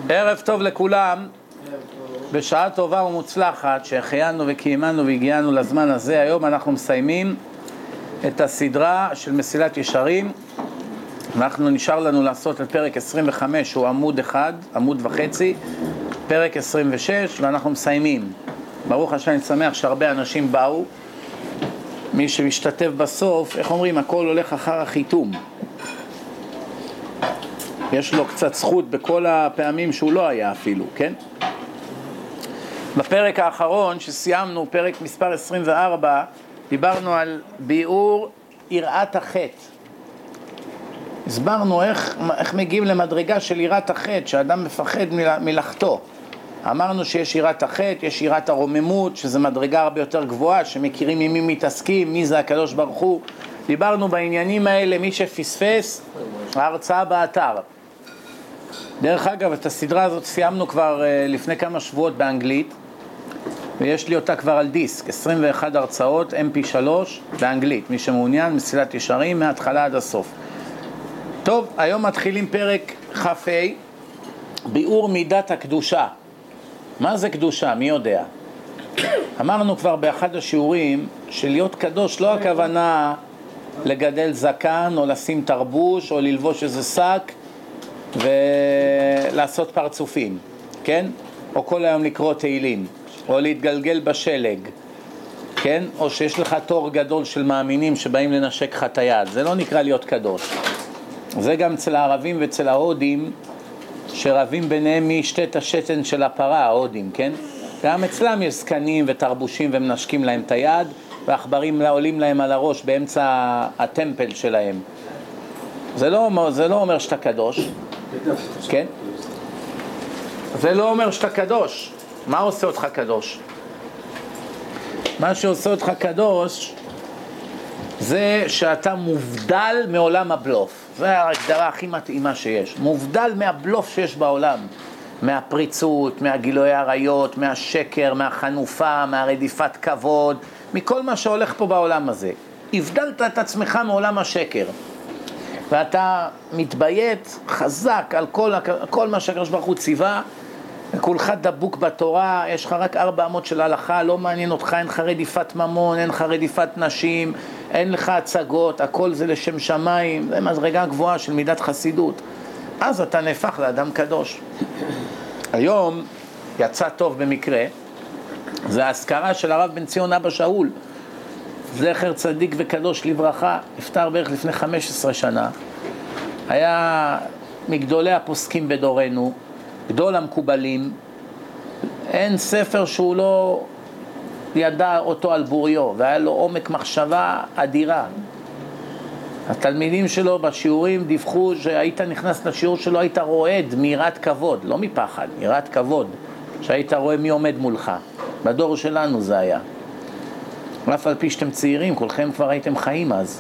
ערב טוב לכולם, בשעה טובה ומוצלחת שהחיינו וקיימנו והגיענו לזמן הזה. היום אנחנו מסיימים את הסדרה של מסילת ישרים. אנחנו נשאר לנו לעשות את פרק 25, הוא עמוד אחד, עמוד וחצי, פרק 26, ואנחנו מסיימים. ברוך השם, אני שמח שהרבה אנשים באו. מי שמשתתף בסוף, איך אומרים, הכל הולך אחר החיתום. יש לו קצת זכות בכל הפעמים שהוא לא היה אפילו, כן? בפרק האחרון שסיימנו, פרק מספר 24, דיברנו על ביאור יראת החטא. הסברנו איך מגיעים למדרגה של יראת החטא, שאדם מפחד מלחטוא. אמרנו שיש יראת החטא, יש יראת הרוממות, שזה מדרגה הרבה יותר גבוהה, שמכירים עם מי מתעסקים, מי זה הקדוש ברוך הוא. דיברנו בעניינים האלה, מי שפספס, ההרצאה באתר. דרך אגב, את הסדרה הזאת סיימנו כבר לפני כמה שבועות באנגלית, ויש לי אותה כבר על דיסק, 21 הרצאות, MP3 באנגלית, מי שמעוניין, מסילת ישרים, מההתחלה עד הסוף. טוב, היום מתחילים פרק כ"ה, ביאור מידת הקדושה. מה זה קדושה? מי יודע? אמרנו כבר באחד השיעורים שלהיות קדוש לא הכוונה לגדל זקן או לשים תרבוש או ללבוש איזה שק ולעשות פרצופים, כן? או כל היום לקרוא תהילים, או להתגלגל בשלג, כן? או שיש לך תור גדול של מאמינים שבאים לנשק לך את היד. זה לא נקרא להיות קדוש. זה גם אצל הערבים ואצל ההודים, שרבים ביניהם מי ישתה את השתן של הפרה, ההודים, כן? גם אצלם יש זקנים ותרבושים ומנשקים להם את היד, והעכברים עולים להם על הראש באמצע הטמפל שלהם. זה לא אומר שאתה קדוש, כן? זה לא אומר שאתה קדוש. מה עושה אותך קדוש? מה שעושה אותך קדוש זה שאתה מובדל מעולם הבלוף. זו ההגדרה הכי מתאימה שיש. מובדל מהבלוף שיש בעולם. מהפריצות, מהגילוי עריות, מהשקר, מהחנופה, מהרדיפת כבוד, מכל מה שהולך פה בעולם הזה. הבדלת את עצמך מעולם השקר. ואתה מתביית חזק על כל מה שהקדוש ברוך הוא ציווה, כולך דבוק בתורה, יש לך רק 4 אמות של הלכה, לא מעניין אותך, אין לך רדיפת ממון, אין לך רדיפת נשים, אין לך הצגות, הכל זה לשם שמיים, זה מדרגה גבוהה של מידת חסידות. אז אתה נהפך לאדם קדוש. היום יצא טוב במקרה, זה ההזכרה של הרב בן ציון אבא שאול, זכר צדיק וקדוש לברכה, נפטר בערך לפני 15 שנה, היה מגדולי הפוסקים בדורנו, גדול המקובלים, אין ספר שהוא לא ידע אותו על בוריו, והיה לו עומק מחשבה אדירה. התלמידים שלו בשיעורים דיווחו שהיית נכנס לשיעור שלו, היית רועד מיראת כבוד, לא מפחד, מיראת כבוד, שהיית רואה מי עומד מולך. בדור שלנו זה היה. אף על פי שאתם צעירים, כולכם כבר הייתם חיים אז.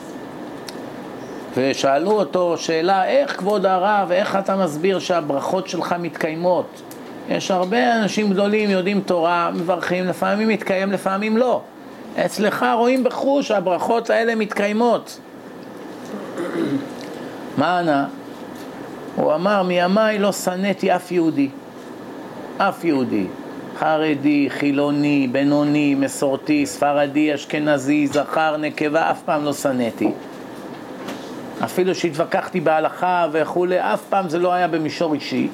ושאלו אותו שאלה, איך כבוד הרב, איך אתה מסביר שהברכות שלך מתקיימות? יש הרבה אנשים גדולים, יודעים תורה, מברכים, לפעמים מתקיים, לפעמים לא. אצלך רואים בחוש שהברכות האלה מתקיימות. מה ענה? הוא אמר, מימיי לא שנאתי אף יהודי. אף יהודי. חרדי, חילוני, בינוני, מסורתי, ספרדי, אשכנזי, זכר, נקבה, אף פעם לא שנאתי. אפילו שהתווכחתי בהלכה וכולי, אף פעם זה לא היה במישור אישי.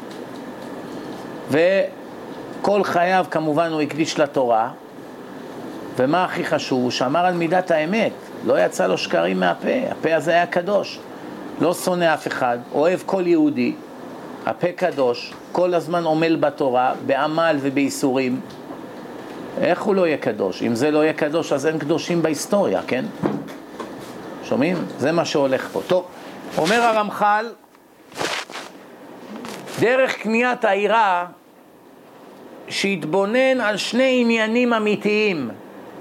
וכל חייו כמובן הוא הקדיש לתורה. ומה הכי חשוב? הוא שמר על מידת האמת. לא יצא לו שקרים מהפה. הפה הזה היה קדוש. לא שונא אף אחד. אוהב כל יהודי. הפה קדוש. כל הזמן עמל בתורה, בעמל ובאיסורים. איך הוא לא יהיה קדוש? אם זה לא יהיה קדוש, אז אין קדושים בהיסטוריה, כן? שומעים? זה מה שהולך פה. טוב, אומר הרמח"ל, דרך קניית העירה, שהתבונן על 2 עניינים אמיתיים.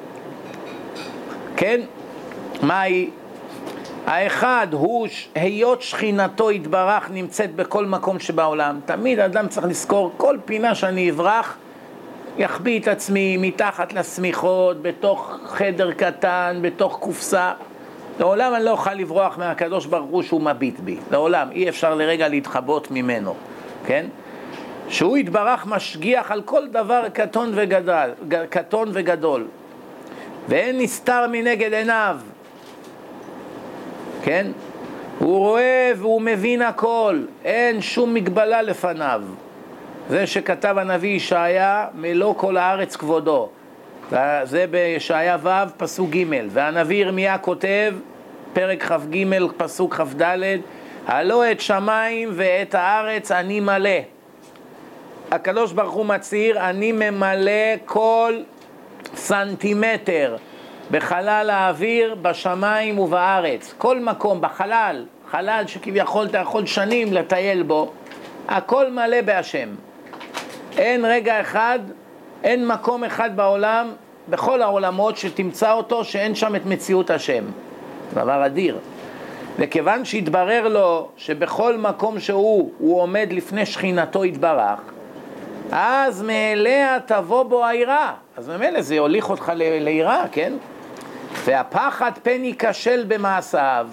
כן? מהי? האחד הוא היות שכינתו יתברך נמצאת בכל מקום שבעולם. תמיד אדם צריך לזכור, כל פינה שאני אברח, יחביא את עצמי מתחת לסמיכות, בתוך חדר קטן, בתוך קופסה. לעולם אני לא אוכל לברוח מהקדוש ברוך הוא שהוא מביט בי. לעולם אי אפשר לרגע להתחבות ממנו, כן? שהוא יתברך משגיח על כל דבר קטון וגדול, ואין נסתר מנגד עיניו, כן? הוא רואה והוא מבין הכל, אין שום מגבלה לפניו. זה שכתב הנביא ישעיה, מלוא כל הארץ כבודו, זה בישעיה ו' פסוק ג', והנביא ירמיה כותב פרק כ"ג פסוק כ"ד, הלא את שמיים ואת הארץ אני מלא. הקדוש ברוך הוא מצהיר, אני ממלא כל סנטימטר בחלל האוויר, בשמיים ובארץ, כל מקום בחלל, חלל שכביכול אתה יכול שנים לטייל בו, הכל מלא בהשם. אין רגע אחד, אין מקום אחד בעולם, בכל העולמות שתמצא אותו, שאין שם את מציאות השם. דבר אדיר. וכיוון שהתברר לו שבכל מקום שהוא עומד לפני שכינתו יתברך, אז מאליה תבוא בו היראה. אז ממילא זה יוליך אותך ליראה, כן? והפחד פן ייכשל במעשיו,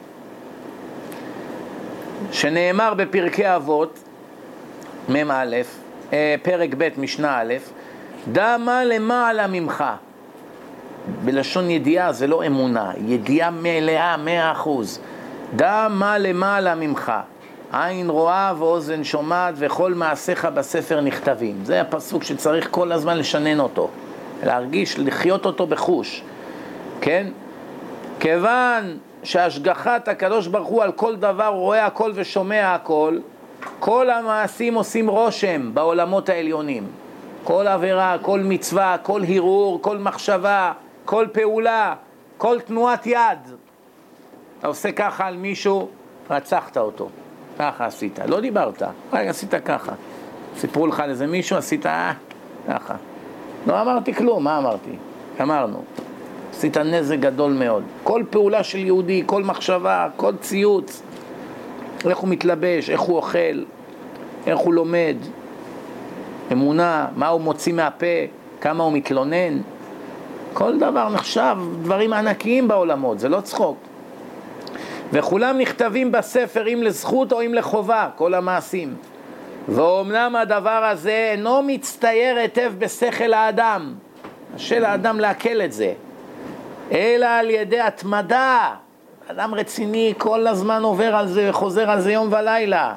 שנאמר בפרקי אבות, מ"א, פרק ב' משנה א', דע מה למעלה ממך. בלשון ידיעה, זה לא אמונה, ידיעה מלאה, 100%. דע מה למעלה ממך, עין רואה ואוזן שומעת וכל מעשיך בספר נכתבים. זה הפסוק שצריך כל הזמן לשנן אותו, להרגיש, לחיות אותו בחוש, כן? כיוון שהשגחת הקדוש ברוך הוא על כל דבר, רואה הכל ושומע הכל, כל המעשים עושים רושם בעולמות העליונים. כל עבירה, כל מצווה, כל הרהור, כל מחשבה, כל פעולה, כל תנועת יד. אתה עושה ככה על מישהו, רצחת אותו. ככה עשית, לא דיברת, רק עשית ככה. סיפרו לך על איזה מישהו, עשית ככה. לא אמרתי כלום, מה אמרתי? אמרנו. עשית נזק גדול מאוד. כל פעולה של יהודי, כל מחשבה, כל ציוץ, איך הוא מתלבש, איך הוא אוכל, איך הוא לומד, אמונה, מה הוא מוציא מהפה, כמה הוא מתלונן, כל דבר נחשב דברים ענקיים בעולמות, זה לא צחוק. וכולם נכתבים בספר, אם לזכות או אם לחובה, כל המעשים. ואומנם הדבר הזה אינו מצטייר היטב בשכל האדם, של האדם להקל את זה, אלא על ידי התמדה. אדם רציני כל הזמן עובר על זה וחוזר על זה יום ולילה.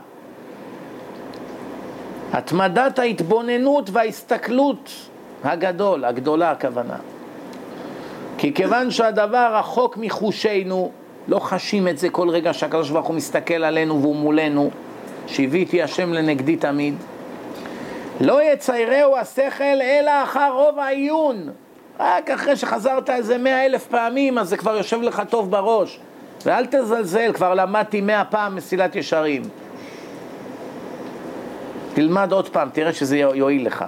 התמדת ההתבוננות וההסתכלות הגדולה הכוונה. כי כיוון שהדבר רחוק מחושנו, לא חשים את זה כל רגע שהקדוש ברוך הוא מסתכל עלינו והוא מולנו, שהביאתי השם לנגדי תמיד, לא יציירהו השכל אלא אחר רוב העיון. רק אחרי שחזרת איזה 100,000 פעמים, אז זה כבר יושב לך טוב בראש. ואל תזלזל, כבר למדתי 100 פעם מסילת ישרים. תלמד עוד פעם, תראה שזה יועיל לך.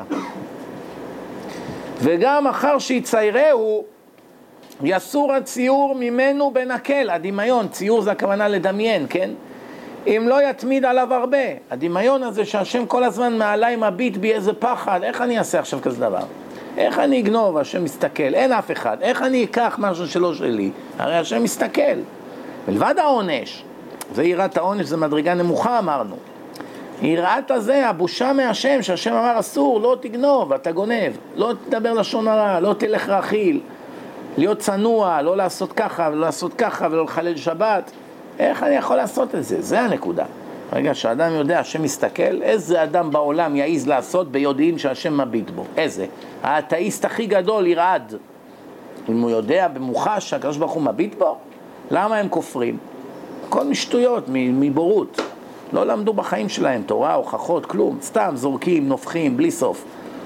וגם אחר שיציירהו, יסור הציור ממנו בנקל. הדמיון, ציור זה הכוונה לדמיין, כן? אם לא יתמיד עליו הרבה. הדמיון הזה שהשם כל הזמן מעליי מביט בי איזה פחד, איך אני אעשה עכשיו כזה דבר? איך אני אגנוב? השם מסתכל, אין אף אחד. איך אני אקח משהו שלא שלי? הרי השם מסתכל. ולבד העונש, זה יראת העונש, זה מדרגה נמוכה אמרנו. יראת הזה, הבושה מהשם, שהשם אמר אסור, לא תגנוב, אתה גונב, לא תדבר לשון הרע, לא תלך רכיל, להיות צנוע, לא לעשות ככה ולא לעשות ככה ולא לחלל שבת. איך אני יכול לעשות את זה? זה הנקודה. רגע, שהאדם יודע, השם מסתכל, איזה אדם בעולם יעיז לעשות ביודעין שהשם מביט בו? איזה? האתאיסט הכי גדול ירעד. אם הוא יודע במוחש שהקדוש ברוך הוא מביט בו, למה הם כופרים? הכל משטויות, מבורות. לא למדו בחיים שלהם תורה, הוכחות, כלום. סתם זורקים, נופחים, בלי סוף.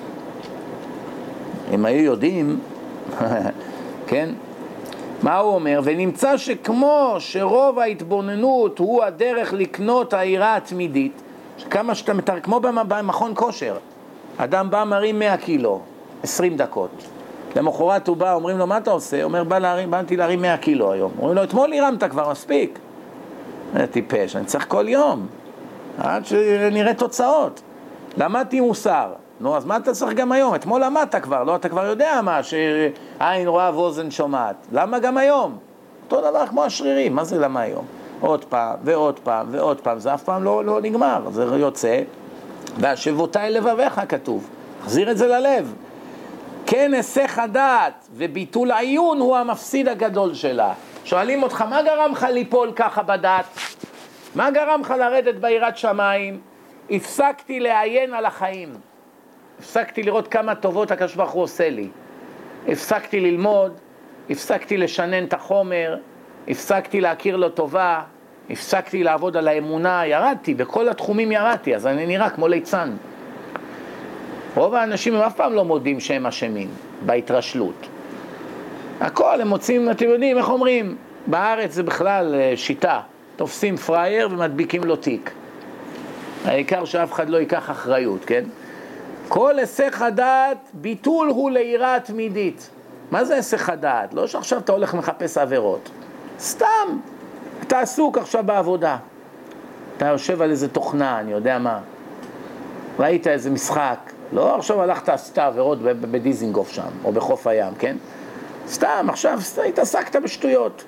הם היו יודעים, כן? מה הוא אומר? ונמצא שכמו שרוב ההתבוננות הוא הדרך לקנות העירה התמידית, כמה שאתה מתאר, כמו במכון כושר, אדם בא מרים 100 קילו, 20 דקות. למחרת הוא בא, אומרים לו, מה אתה עושה? אומר, באתי להרים 100 קילו היום. אומרים לו, אתמול הרמת כבר מספיק. טיפש, אני צריך כל יום, עד שנראה תוצאות. למדתי מוסר. נו, אז מה אתה צריך גם היום? אתמול למדת כבר, לא? אתה כבר יודע מה, שעין רואה ואוזן שומעת. למה גם היום? אותו דבר כמו השרירים, מה זה למה היום? עוד פעם ועוד פעם ועוד פעם, זה אף פעם לא נגמר. זה יוצא והשבותי לבביך כתוב, החזיר את זה ללב. כן, היסח הדעת וביטול העיון הוא המפסיד הגדול שלה. שואלים אותך, מה גרם לך ליפול ככה בדעת? מה גרם לך לרדת ביראת שמיים? הפסקתי לעיין על החיים. הפסקתי לראות כמה טובות הקדוש ברוך הוא עושה לי. הפסקתי ללמוד, הפסקתי לשנן את החומר, הפסקתי להכיר לו טובה, הפסקתי לעבוד על האמונה, ירדתי, בכל התחומים ירדתי, אז אני נראה כמו ליצן. רוב האנשים הם אף פעם לא מודים שהם אשמים בהתרשלות. הכל הם מוצאים, אתם יודעים, איך אומרים? בארץ זה בכלל שיטה, תופסים פרייר ומדביקים לו תיק. העיקר שאף אחד לא ייקח אחריות, כן? כל היסח הדעת, ביטול הוא ליראה תמידית. מה זה היסח הדעת? לא שעכשיו אתה הולך מחפש עבירות. סתם, אתה עסוק עכשיו בעבודה. אתה יושב על איזה תוכנה, אני יודע מה. ראית איזה משחק. לא עכשיו הלכת עשית עבירות בדיזינגוף שם, או בחוף הים, כן? סתם, עכשיו התעסקת בשטויות.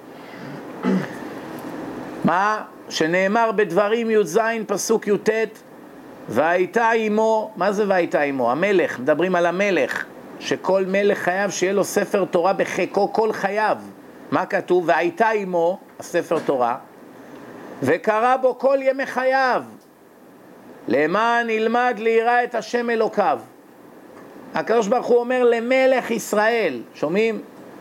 מה? שנאמר בדברים י"ז פסוק י"ט, והייתה עמו, מה זה והייתה עמו? המלך, מדברים על המלך, שכל מלך חייב שיהיה לו ספר תורה בחיקו כל חייו. מה כתוב? והייתה עמו, הספר תורה, וקרא בו כל ימי חייו, למען ילמד ליראה את השם אלוקיו. הקדוש ברוך הוא אומר למלך ישראל, שומעים?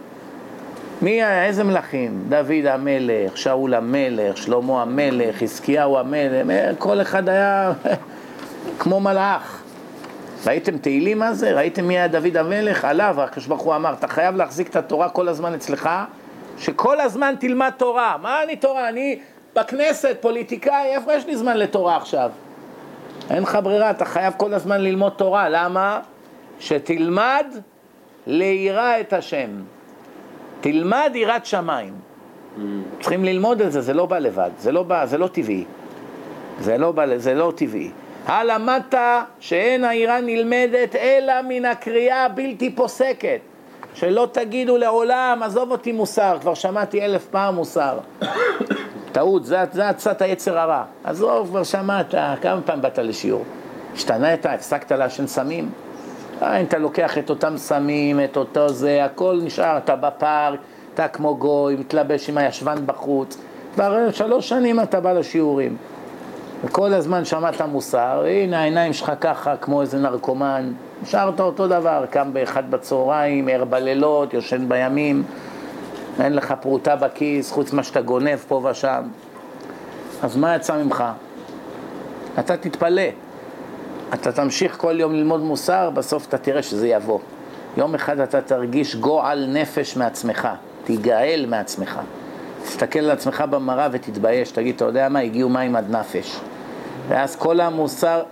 איזה מלכים? דוד המלך, שאול המלך, שלמה המלך, חזקיהו המלך, כל אחד היה כמו מלאך. ראיתם תהילים מה זה? ראיתם מי היה דוד המלך? עליו, הקדוש ברוך הוא אמר, אתה חייב להחזיק את התורה כל הזמן אצלך, שכל הזמן תלמד תורה. מה אני תורה? אני בכנסת, פוליטיקאי, איפה יש לי זמן לתורה עכשיו? אין לך ברירה, אתה חייב כל הזמן ללמוד תורה. למה? שתלמד ליראה את השם. תלמד יראת שמיים. צריכים ללמוד את זה, זה לא בא לבד, זה לא טבעי. זה לא טבעי. למדת שאין היראה נלמדת אלא מן הקריאה הבלתי פוסקת. שלא תגידו לעולם, עזוב אותי מוסר, כבר שמעתי 1000 פעם מוסר. טעות, זה הצעת היצר הרע. עזוב, כבר שמעת, כמה פעם באת לשיעור? השתנית, הפסקת לעשן סמים? אם אתה לוקח את אותם סמים, את אותו זה, הכל נשאר, אתה בפארק, אתה כמו גוי, מתלבש עם הישבן בחוץ. כבר 3 שנים אתה בא לשיעורים. וכל הזמן שמעת מוסר, הנה העיניים שלך ככה, כמו איזה נרקומן. נשארת אותו דבר, קם ב1 בצהריים, ער בלילות, יושן בימים. אין לך פרוטה בכיס, חוץ מה שאתה גונב פה ושם. אז מה יצא ממך? אתה תתפלא. אתה תמשיך כל יום ללמוד מוסר, בסוף אתה תראה שזה יבוא. יום אחד אתה תרגיש גועל נפש מעצמך, תיגאל מעצמך. תסתכל על עצמך במראה ותתבייש, תגיד, אתה יודע מה? הגיעו מים עד נפש. ואז כל המוסר...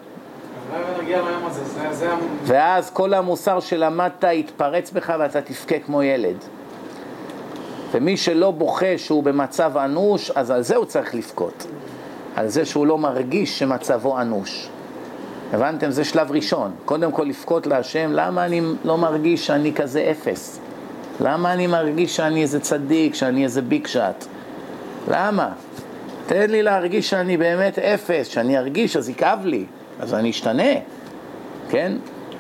ואז כל המוסר שלמדת יתפרץ בך ואתה תפקה כמו ילד. ומי שלא בוכה שהוא במצב אנוש, אז על זה הוא צריך לפקות. על זה שהוא לא מרגיש שמצבו אנוש. הבנתם? זה שלב ראשון. קודם כל לפקות להשם, למה אני לא מרגיש שאני כזה אפס? למה אני מרגיש שאני איזה צדיק, שאני איזה ביג שט? למה? תן לי להרגיש שאני באמת אפס, שאני ארגיש, אז יקב לי, אז אני אשתנה, כן?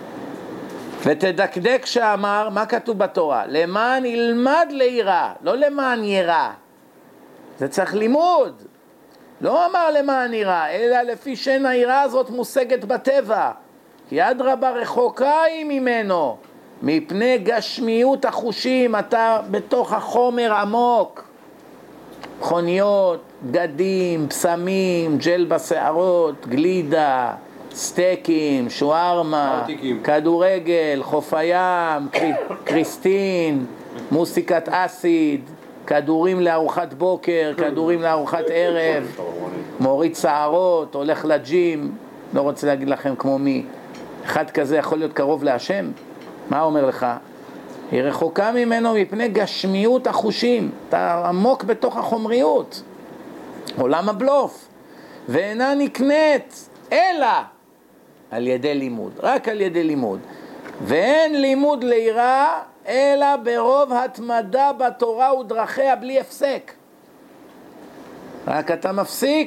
ותדקדק שאמר, מה כתוב בתורה? למען ילמד ליראה, לא למען יראה. זה צריך לימוד. לא אמר למען יראה, אלא לפי שאין היראה הזאת מושגת בטבע. כי אדרבה רחוקה היא ממנו, מפני גשמיות החושים, אתה בתוך החומר עמוק. מכוניות, בגדים, פסמים, ג'ל בשערות, גלידה, סטייקים, שוארמה, כדורגל, חוף הים, קריסטין, מוסיקת אסיד, כדורים לארוחת בוקר, כדורים לארוחת ערב, מוריד שערות, הולך לג'ים, לא רוצה להגיד לכם כמו מי. אחד כזה יכול להיות קרוב להשם? מה אומר לך? היא רחוקה ממנו מפני גשמיות החושים, אתה עמוק בתוך החומריות, עולם הבלוף, ואינה נקנית אלא על ידי לימוד, רק על ידי לימוד. ואין לימוד ליראה אלא ברוב התמדה בתורה ודרכיה בלי הפסק. רק אתה מפסיק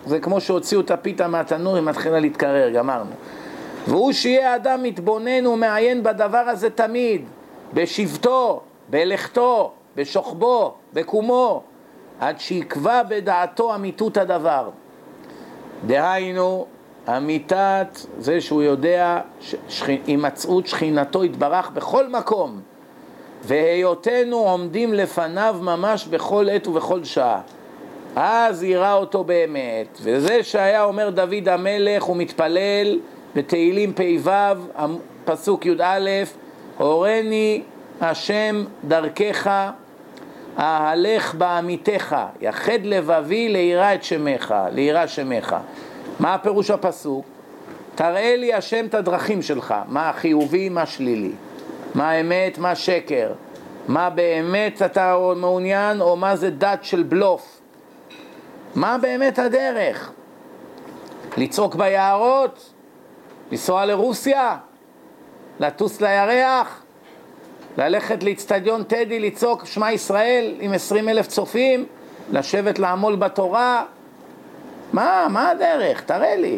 זה כמו שהוציאו את הפיתה מהתנור, היא מתחילה להתקרר, גמרנו. והוא שיהיה אדם מתבונן ומעיין בדבר הזה תמיד, בשבתו, בלכתו, בשוכבו, בקומו, עד שיקבע בדעתו אמיתות הדבר. דהיינו, אמיתת זה שהוא יודע הימצאות שכינתו יתברך בכל מקום, והיותנו עומדים לפניו ממש בכל עת ובכל שעה. אז יראה אותו באמת. וזה שהיה אומר דוד המלך ומתפלל בתהילים פ"ו, פסוק י"א, הורני השם דרכך, אהלך בעמיתך, יחד לבבי לירא את שמך, לירא שמך. מה הפירוש הפסוק? תראה לי השם את הדרכים שלך, מה החיובי, מה שלילי, מה האמת, מה שקר, מה באמת אתה מעוניין, או מה זה דת של בלוף, מה באמת הדרך? לצעוק ביערות, לנסוע לרוסיה, לטוס לירח, ללכת לאצטדיון טדי, לצעוק שמע ישראל עם 20,000 צופים, לשבת לעמול בתורה. מה הדרך? תראה לי.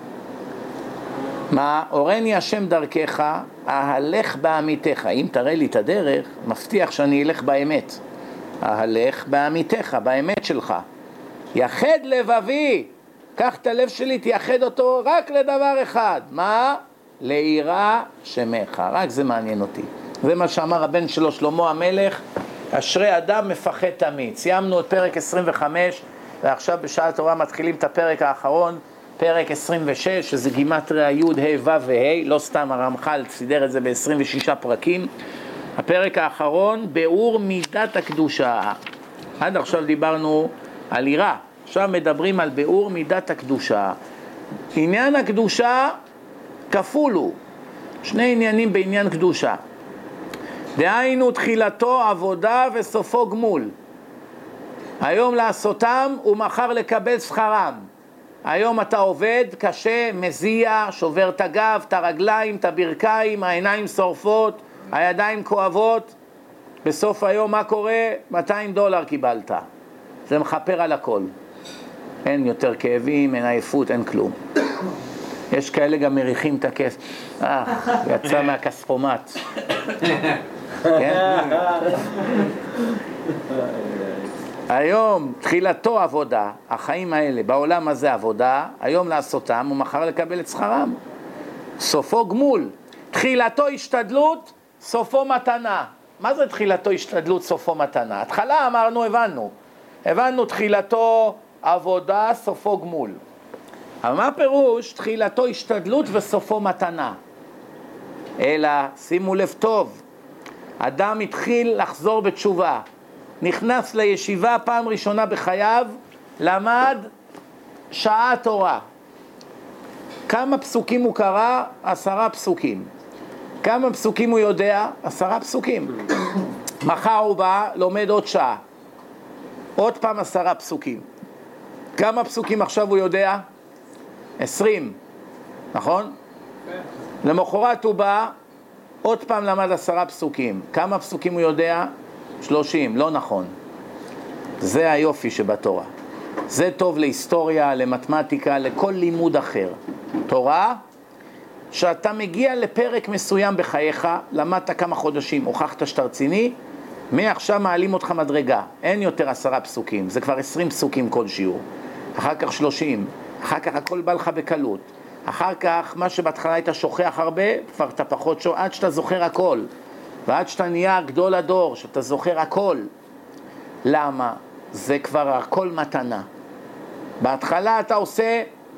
מה? הורני השם דרכך, אהלך בעמיתך. אם תראה לי את הדרך, מבטיח שאני אלך באמת. אהלך בעמיתך, באמת שלך. יחד לבבי, קח את הלב שלי, תייחד אותו רק לדבר אחד. מה? לירא שמך. רק זה מעניין אותי. זה מה שאמר הבן שלו שלמה המלך, אשרי אדם מפחד תמיד. סיימנו את פרק 25, ועכשיו בשעה טובה מתחילים את הפרק האחרון, פרק 26, שזה גימטריה י' ה' ו' וה', לא סתם הרמח"ל סידר את זה ב-26 פרקים. הפרק האחרון, ביאור מידת הקדושה. עד עכשיו דיברנו על יראה, עכשיו מדברים על ביאור מידת הקדושה. עניין הקדושה כפול הוא, שני עניינים בעניין קדושה. דהיינו תחילתו עבודה וסופו גמול. היום לעשותם ומחר לקבל שכרם. היום אתה עובד קשה, מזיע, שובר את הגב, את הרגליים, את הברכיים, העיניים שורפות, הידיים כואבות. בסוף היום מה קורה? $200 קיבלת. זה מחפר על הכל. אין יותר כאבים, אין עייפות, אין כלום. יש כאלה גם מריחים את הכסף. יצא מהכספומט. כן? היום תחילתו עבודה, החיים האלה, בעולם הזה עבודה, היום לעשותם ומחר לקבל את שכרם. סופו גמול. תחילתו השתדלות, סופו מתנה. מה זה תחילתו השתדלות, סופו מתנה? התחלה אמרנו, הבנו תחילתו עבודה, סופו גמול. אבל מה פירוש תחילתו השתדלות וסופו מתנה? אלא, שימו לב טוב, אדם התחיל לחזור בתשובה, נכנס לישיבה פעם ראשונה בחייו, למד שעה תורה. כמה פסוקים הוא קרא? 10 פסוקים. כמה פסוקים הוא יודע? 10 פסוקים. מחר הוא בא, לומד עוד שעה. עוד פעם 10 פסוקים. כמה פסוקים עכשיו הוא יודע? 20. נכון? למחרת הוא בא, עוד פעם למד 10 פסוקים. כמה פסוקים הוא יודע? 30. לא נכון. זה היופי שבתורה. זה טוב להיסטוריה, למתמטיקה, לכל לימוד אחר. תורה, שאתה מגיע לפרק מסוים בחייך, למדת כמה חודשים, הוכחת שאתה רציני, מעכשיו מעלים אותך מדרגה. אין יותר 10 פסוקים, זה כבר 20 פסוקים כל שיעור. אחר כך 30, אחר כך הכל בא לך בקלות. אחר כך מה שבהתחלה היית שוכח הרבה, כבר אתה פחות שוכח, עד שאתה זוכר הכל. ועד שאתה נהיה גדול הדור, שאתה זוכר הכל. למה? זה כבר הכל מתנה. בהתחלה אתה עושה 99%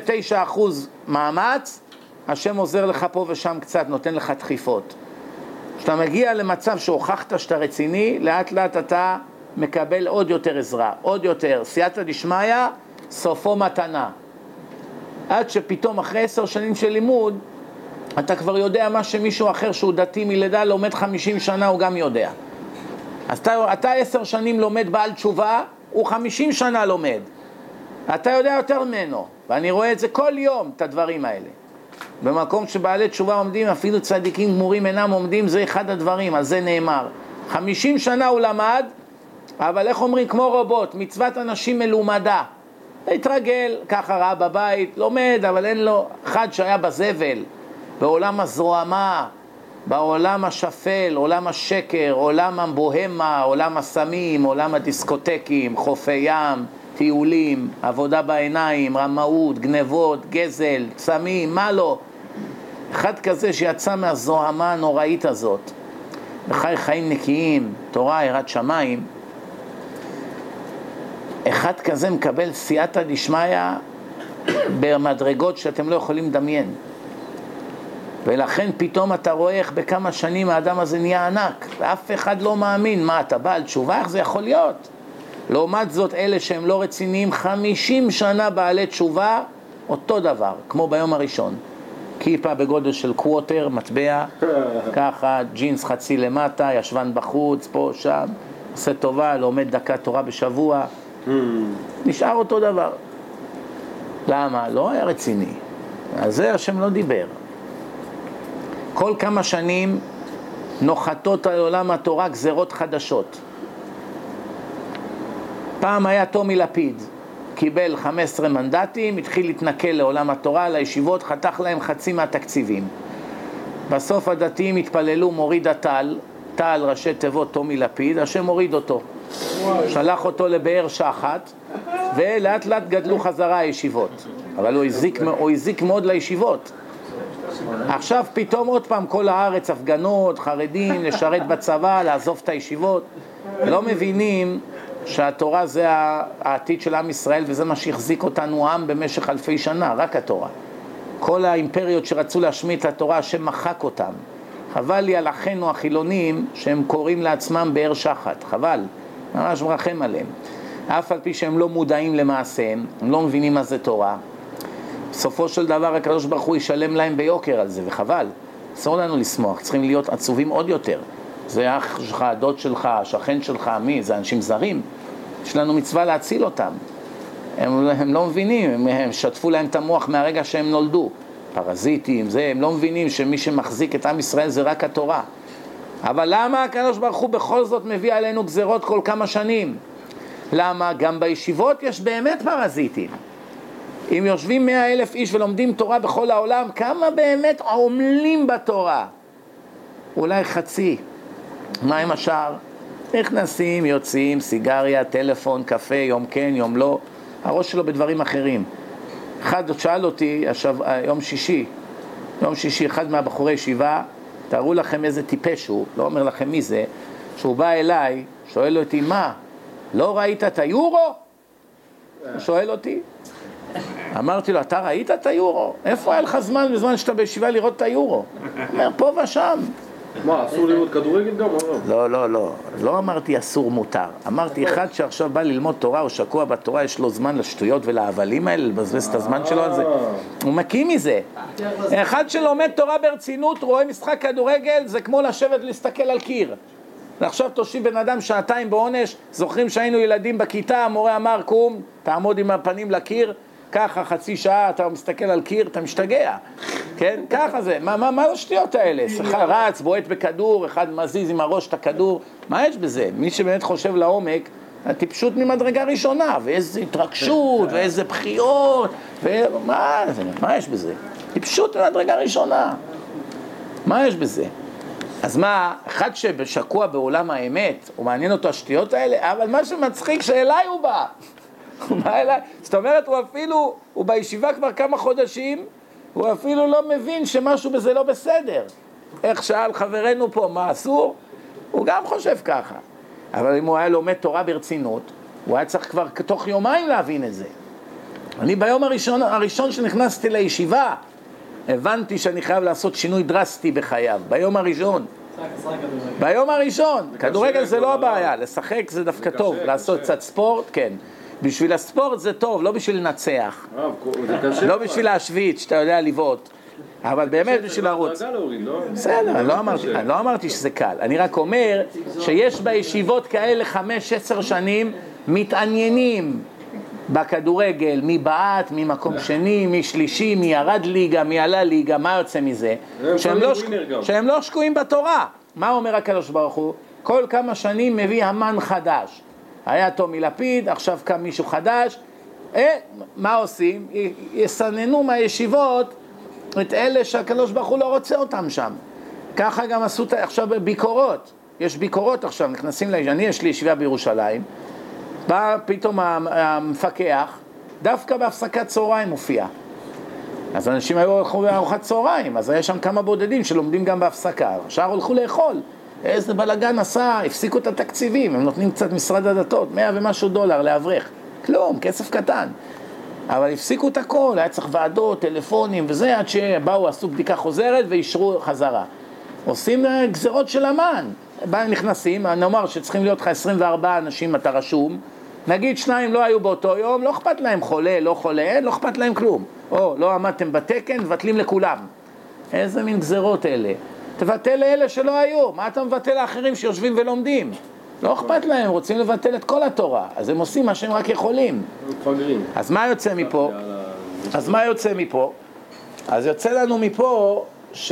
מאמץ, השם עוזר לך פה ושם קצת, נותן לך דחיפות. כשאתה מגיע למצב שהוכחת שאתה רציני, לאט לאט אתה מקבל עוד יותר עזרה, עוד יותר. סייעתא דשמיא, סופו מתנה. עד שפתאום אחרי 10 שנים של לימוד, אתה כבר יודע מה שמישהו אחר שהוא דתי מלידה לומד 50 שנה הוא גם יודע. אז אתה 10 שנים לומד בעל תשובה, הוא 50 שנה לומד. אתה יודע יותר ממנו, ואני רואה את זה כל יום, את הדברים האלה. במקום שבעלי תשובה עומדים, אפילו צדיקים גמורים אינם עומדים, זה אחד הדברים, על זה נאמר. 50 שנה הוא למד, אבל איך אומרים? כמו רובוט, מצוות אנשים מלומדה. התרגל, ככה ראה בבית, לומד, אבל אין לו. אחד שהיה בזבל, בעולם הזוהמה, בעולם השפל, עולם השקר, עולם הבוהמה, עולם הסמים, עולם הדיסקוטקים, חופי ים, טיולים, עבודה בעיניים, רמאות, גנבות, גזל, סמים, מה לא? אחד כזה שיצא מהזוהמה הנוראית הזאת, וחי חיים נקיים, תורה, יראת שמיים, אחד כזה מקבל סייעתא דשמיא במדרגות שאתם לא יכולים לדמיין. ולכן פתאום אתה רואה איך בכמה שנים האדם הזה נהיה ענק, ואף אחד לא מאמין. מה, אתה בעל תשובה? איך זה יכול להיות? לעומת זאת, אלה שהם לא רציניים, 50 שנה בעלי תשובה, אותו דבר, כמו ביום הראשון. כיפה בגודל של קווטר, מטבע, ככה, ג'ינס חצי למטה, ישבן בחוץ, פה, שם, עושה טובה, לומד דקה תורה בשבוע, נשאר אותו דבר. למה? לא היה רציני. אז זה השם לא דיבר. כל כמה שנים נוחתות על עולם התורה גזרות חדשות. פעם היה טומי לפיד, קיבל 15 מנדטים, התחיל להתנכל לעולם התורה, לישיבות, חתך להם חצי מהתקציבים. בסוף הדתיים התפללו, מוריד הטל, טל ראשי תיבות טומי לפיד, השם מוריד אותו. שלח אותו לבאר שחת, ולאט לאט גדלו חזרה הישיבות. אבל הוא הזיק מאוד לישיבות. עכשיו פתאום עוד פעם כל הארץ, הפגנות, חרדים, לשרת בצבא, לעזוב את הישיבות. לא מבינים שהתורה זה העתיד של עם ישראל, וזה מה שהחזיק אותנו עם במשך אלפי שנה, רק התורה. כל האימפריות שרצו להשמיד את התורה, השם מחק אותם. חבל לי על אחינו החילונים שהם קוראים לעצמם באר שחת, חבל, ממש מרחם עליהם. אף על פי שהם לא מודעים למעשיהם, הם לא מבינים מה זה תורה. בסופו של דבר הקדוש ברוך הוא ישלם להם ביוקר על זה, וחבל. אסור לנו לשמוח, צריכים להיות עצובים עוד יותר. זה אח שלך, הדוד שלך, השכן שלך, מי? זה אנשים זרים. יש לנו מצווה להציל אותם. הם לא מבינים, הם שטפו להם את המוח מהרגע שהם נולדו. פרזיטים, זה, הם לא מבינים שמי שמחזיק את עם ישראל זה רק התורה. אבל למה הקדוש ברוך הוא בכל זאת מביא עלינו גזרות כל כמה שנים? למה? גם בישיבות יש באמת פרזיטים. אם יושבים 100,000 איש ולומדים תורה בכל העולם, כמה באמת עומלים בתורה? אולי חצי. מה עם השאר? נכנסים, יוצאים, סיגריה, טלפון, קפה, יום כן, יום לא. הראש שלו בדברים אחרים. אחד שאל אותי, יום שישי, אחד מהבחורי ישיבה, תארו לכם איזה טיפש הוא, לא אומר לכם מי זה, שהוא בא אליי, שואל אותי, מה? לא ראית את היורו? הוא שואל אותי. אמרתי לו, אתה ראית את היורו? איפה היה לך זמן בזמן שאתה בישיבה לראות את היורו? הוא אומר, פה ושם. מה, אסור לראות כדורגל גם? לא אמרתי אסור מותר. אמרתי, אחד שעכשיו בא ללמוד תורה או שקוע בתורה, יש לו זמן לשטויות ולהבלים האלה, לבזבז את הזמן שלו על זה. הוא מקים מזה. אחד שלומד תורה ברצינות, רואה משחק כדורגל, זה כמו לשבת להסתכל על קיר. ועכשיו תושיב בן אדם שעתיים בעונש, זוכרים שהיינו ילדים בכיתה, המורה אמר, קום, תעמוד עם הפנים לקיר, ככה חצי שעה אתה מסתכל על קיר, אתה משתגע, כן? ככה זה, מה השטויות האלה? אחד רץ, בועט בכדור, אחד מזיז עם הראש את הכדור, מה יש בזה? מי שבאמת חושב לעומק, הטיפשות ממדרגה ראשונה, ואיזה התרגשות, ואיזה בחיות, מה יש בזה? טיפשות ממדרגה ראשונה, מה יש בזה? אז מה, אחד ששקוע בעולם האמת, הוא מעניין אותו השטויות האלה, אבל מה שמצחיק שאליי הוא בא. הוא בא אליי, זאת אומרת, הוא בישיבה כבר כמה חודשים, הוא אפילו לא מבין שמשהו בזה לא בסדר. איך שאל חברנו פה, מה אסור? הוא גם חושב ככה. אבל אם הוא היה לומד תורה ברצינות, הוא היה צריך כבר תוך יומיים להבין את זה. אני ביום הראשון שנכנסתי לישיבה, הבנתי שאני חייב לעשות שינוי דרסטי בחייו. ביום הראשון. כדורגל זה לא הבעיה, לשחק זה דווקא טוב, לעשות קצת ספורט, כן. בשביל הספורט זה טוב, לא בשביל לנצח, לא בשביל להשוויץ, שאתה יודע לבעוט, אבל באמת בשביל לרוץ. בסדר, אני לא אמרתי שזה קל, אני רק אומר שיש בישיבות כאלה 5-10 שנים מתעניינים בכדורגל, מי בעט, מי מקום שני, מי שלישי, מי ירד ליגה, מי עלה ליגה, מה יוצא מזה? שהם לא שקועים בתורה. מה אומר הקדוש ברוך הוא? כל כמה שנים מביא המן חדש. היה טומי לפיד, עכשיו קם מישהו חדש, מה עושים? יסננו מהישיבות את אלה שהקדוש ברוך הוא לא רוצה אותם שם. ככה גם עשו עכשיו ביקורות. יש ביקורות עכשיו, נכנסים אני יש לי ישיבה בירושלים, בא פתאום המפקח, דווקא בהפסקת צהריים מופיע. אז אנשים היו הולכו בארוחת צהריים, אז היה שם כמה בודדים שלומדים גם בהפסקה. השאר הולכו לאכול. איזה בלגן עשה, הפסיקו את התקציבים, הם נותנים קצת משרד הדתות, $100 ומשהו לאברך. כלום, כסף קטן. אבל הפסיקו את הכל, היה צריך ועדות, טלפונים וזה, עד שבאו, עשו בדיקה חוזרת ואישרו חזרה. עושים גזרות של אמן. נכנסים, נאמר שצריכים להיות לך 24 אנשים, אתה רשום, נגיד 2 לא היו באותו יום, לא אכפת להם חולה, לא חולה, לא אכפת להם כלום. או, לא עמדתם בתקן, מבטלים לכולם. איזה מין גזרות אלה? תבטל לאלה שלא היו, מה אתה מבטל לאחרים שיושבים ולומדים? לא אכפת להם, רוצים לבטל את כל התורה, אז הם עושים מה שהם רק יכולים. אז מה יוצא מפה? אז יוצא לנו מפה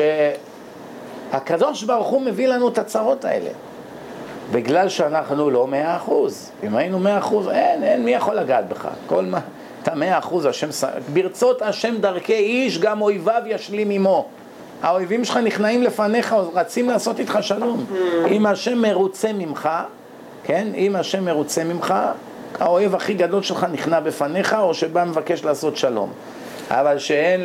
שהקדוש ברוך הוא מביא לנו את הצרות האלה. בגלל שאנחנו לא 100%. אם היינו 100%, אין מי יכול לגעת בך. אתה 100%, ברצות השם דרכי איש, גם אויביו ישלים עמו. האויבים שלך נכנעים לפניך, רצים לעשות איתך שלום. אם השם מרוצה ממך, כן? אם השם מרוצה ממך, האויב הכי גדול שלך נכנע בפניך, או שבא מבקש לעשות שלום. אבל שאין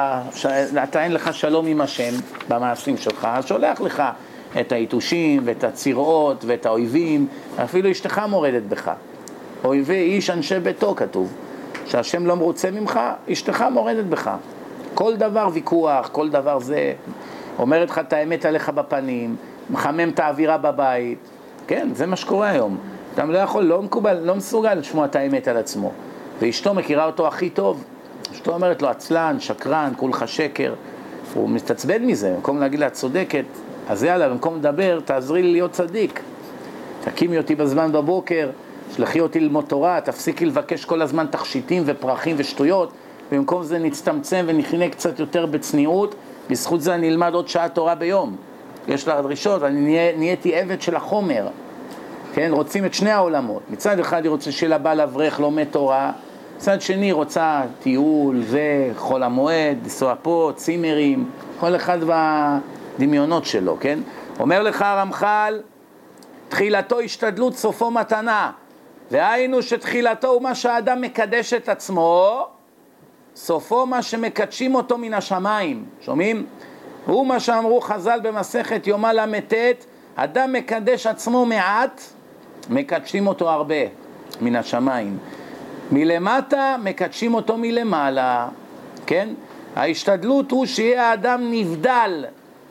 לך שלום עם השם במעשים שלך, אז שולח לך את היתושים ואת הצירות ואת האויבים, אפילו אשתך מורדת בך. אויבי איש אנשי ביתו כתוב. שהשם לא מרוצה ממך, אשתך מורדת בך. כל דבר ויכוח, כל דבר זה, אומרת לך את האמת עליך בפנים, מחמם את האווירה בבית. כן, זה מה שקורה היום. אתה לא יכול, לא מקובל, לא מסוגל לשמוע את האמת על עצמו. ואשתו מכירה אותו הכי טוב. אשתו אומרת לו, עצלן, שקרן, כולך שקר. הוא מתעצבן מזה, במקום להגיד לה, צודקת, אז יאללה, במקום לדבר, תעזרי לי להיות צדיק. תקימי אותי בזמן בבוקר, שלחי אותי ללמוד תורה, תפסיקי לבקש כל הזמן תכשיטים ופרחים ושטויות, במקום זה נצטמצם ונכנה קצת יותר בצניעות, בזכות זה אני אלמד עוד שעה תורה ביום. יש לה דרישות, אני נהייתי עבד של החומר. כן, רוצים את שני העולמות. מצד אחד היא רוצה שיהיה לה בעל אברך לומד תורה, מצד שני רוצה טיול וחול המועד, לנסוע פה, צימרים, כל אחד והדמיונות שלו, כן? אומר לך הרמח"ל, תחילתו השתדלות, סופו מתנה. והיינו שתחילתו הוא מה שהאדם מקדש את עצמו, סופו מה שמקדשים אותו מן השמיים. שומעים? הוא מה שאמרו חז"ל במסכת יומא ל"ט, אדם מקדש עצמו מעט, מקדשים אותו הרבה מן השמיים. מלמטה מקדשים אותו מלמעלה. כן? ההשתדלות הוא שיהיה האדם נבדל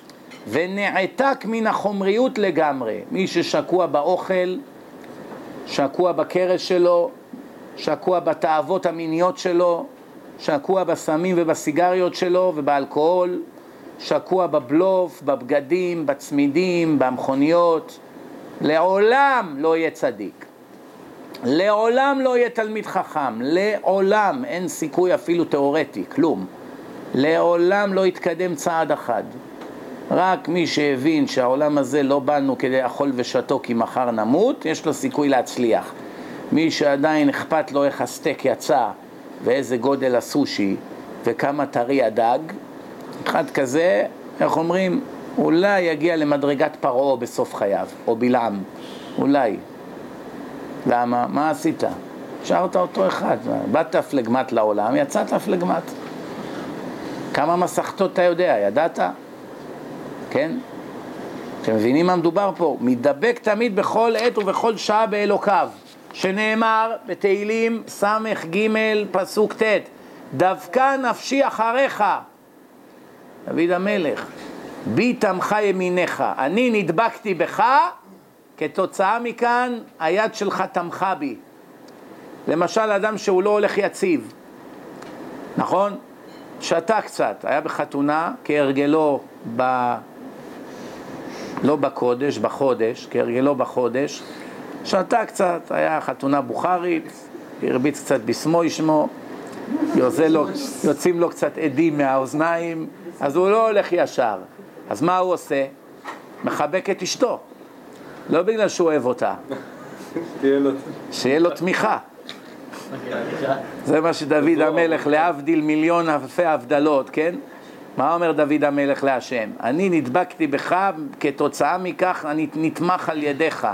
ונעתק מן החומריות לגמרי. מי ששקוע באוכל, שקוע בקרש שלו, שקוע בתאוות המיניות שלו, שקוע בסמים ובסיגריות שלו ובאלכוהול, שקוע בבלוף, בבגדים, בצמידים, במכוניות, לעולם לא יהיה צדיק. לעולם לא יהיה תלמיד חכם, לעולם אין סיכוי אפילו תיאורטי, כלום. לעולם לא יתקדם צעד אחד. רק מי שהבין שהעולם הזה לא באנו כדי אכול ושתו כי מחר נמות, יש לו סיכוי להצליח. מי שעדיין אכפת לו איך הסטייק יצא ואיזה גודל הסושי וכמה טרי הדג, אחד כזה, איך אומרים, אולי יגיע למדרגת פרעה בסוף חייו, או בלעם, אולי. למה? מה עשית? השארת אותו אחד, באת פלגמת לעולם, יצאת פלגמת. כמה מסכתות אתה יודע, ידעת? כן? אתם מבינים מה מדובר פה? מדבק תמיד בכל עת ובכל שעה באלוקיו, שנאמר בתהילים סמך ג' פסוק ט', דווקא נפשי אחריך, דוד המלך, בי תמך ימיניך, אני נדבקתי בך, כתוצאה מכאן היד שלך תמכה בי. למשל אדם שהוא לא הולך יציב, נכון? שתה קצת, היה בחתונה כהרגלו לא בקודש, בחודש, כהרגלו בחודש, שתה קצת, היה חתונה בוכרית, הרביץ קצת בשמו ישמו, יוצאים לו קצת עדים מהאוזניים, אז הוא לא הולך ישר. אז מה הוא עושה? מחבק את אשתו, לא בגלל שהוא אוהב אותה, שיהיה לו תמיכה. זה מה שדוד המלך, להבדיל מיליון אלפי הבדלות, כן? מה אומר דוד המלך להשם? אני נדבקתי בך, כתוצאה מכך אני נתמך על ידיך.